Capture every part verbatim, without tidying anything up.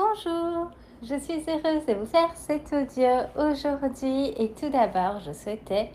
Bonjour, je suis heureuse de vous faire cet audio aujourd'hui et tout d'abord, je souhaitais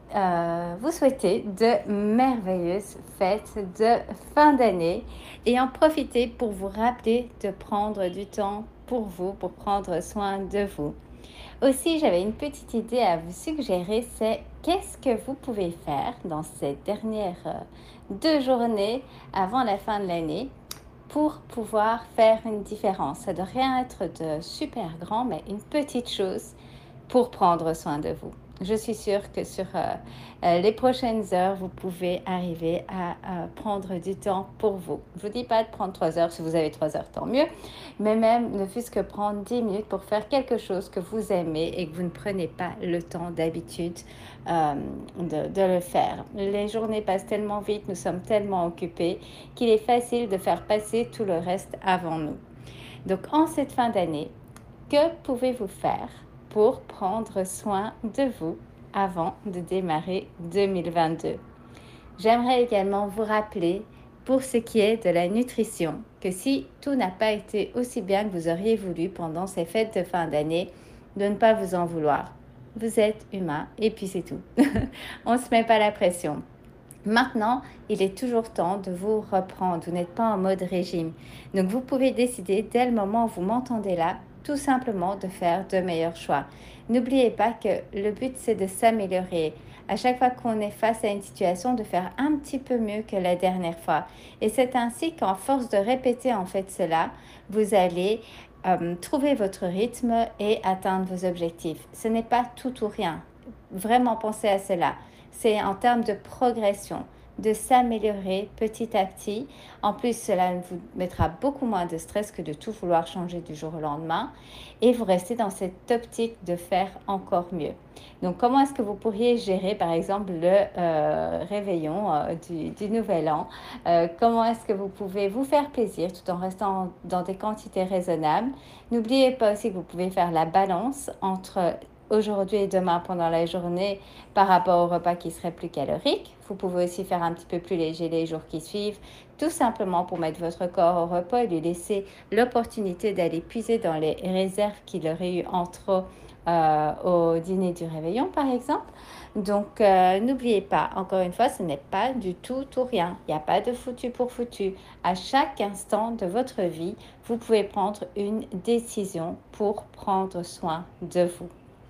euh, vous souhaiter de merveilleuses fêtes de fin d'année et en profiter pour vous rappeler de prendre du temps pour vous, pour prendre soin de vous. Aussi, j'avais une petite idée à vous suggérer, c'est qu'est-ce que vous pouvez faire dans ces dernières euh, deux journées avant la fin de l'année pour pouvoir faire une différence. Ça ne doit rien être de super grand, mais une petite chose pour prendre soin de vous. Je suis sûre que sur euh, euh, les prochaines heures, vous pouvez arriver à, à prendre du temps pour vous. Je ne vous dis pas de prendre trois heures, si vous avez trois heures, tant mieux, mais même ne fût-ce que prendre dix minutes pour faire quelque chose que vous aimez et que vous ne prenez pas le temps d'habitude euh, de, de le faire. Les journées passent tellement vite, nous sommes tellement occupés qu'il est facile de faire passer tout le reste avant nous. Donc en cette fin d'année, que pouvez-vous faire pour prendre soin de vous avant de démarrer deux mille vingt-deux? J'aimerais également vous rappeler, pour ce qui est de la nutrition, que si tout n'a pas été aussi bien que vous auriez voulu pendant ces fêtes de fin d'année, de ne pas vous en vouloir. Vous êtes humain et puis c'est tout. On ne se met pas la pression. Maintenant, il est toujours temps de vous reprendre. Vous n'êtes pas en mode régime. Donc, vous pouvez décider dès le moment où vous m'entendez là, tout simplement de faire de meilleurs choix. N'oubliez pas que le but, c'est de s'améliorer. À chaque fois qu'on est face à une situation, de faire un petit peu mieux que la dernière fois. Et c'est ainsi qu'en force de répéter en fait cela, vous allez euh, trouver votre rythme et atteindre vos objectifs. Ce n'est pas tout ou rien. Vraiment pensez à cela. C'est en termes de progression, de s'améliorer petit à petit. En plus, cela vous mettra beaucoup moins de stress que de tout vouloir changer du jour au lendemain. Et vous restez dans cette optique de faire encore mieux. Donc, comment est-ce que vous pourriez gérer, par exemple, le euh, réveillon euh, du, du Nouvel An? Euh, Comment est-ce que vous pouvez vous faire plaisir tout en restant dans des quantités raisonnables? N'oubliez pas aussi que vous pouvez faire la balance entre aujourd'hui et demain pendant la journée par rapport au repas qui serait plus calorique. Vous pouvez aussi faire un petit peu plus léger les jours qui suivent, tout simplement pour mettre votre corps au repos et lui laisser l'opportunité d'aller puiser dans les réserves qu'il aurait eu en trop euh, au dîner du réveillon, par exemple. Donc, euh, n'oubliez pas, encore une fois, ce n'est pas du tout ou rien. Il n'y a pas de foutu pour foutu. À chaque instant de votre vie, vous pouvez prendre une décision pour prendre soin de vous.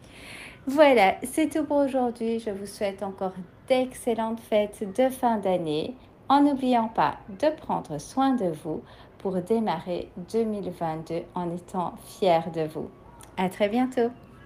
Voilà, c'est tout pour aujourd'hui. Je vous souhaite encore d'excellentes fêtes de fin d'année, en n'oubliant pas de prendre soin de vous pour démarrer deux mille vingt-deux en étant fiers de vous. À très bientôt.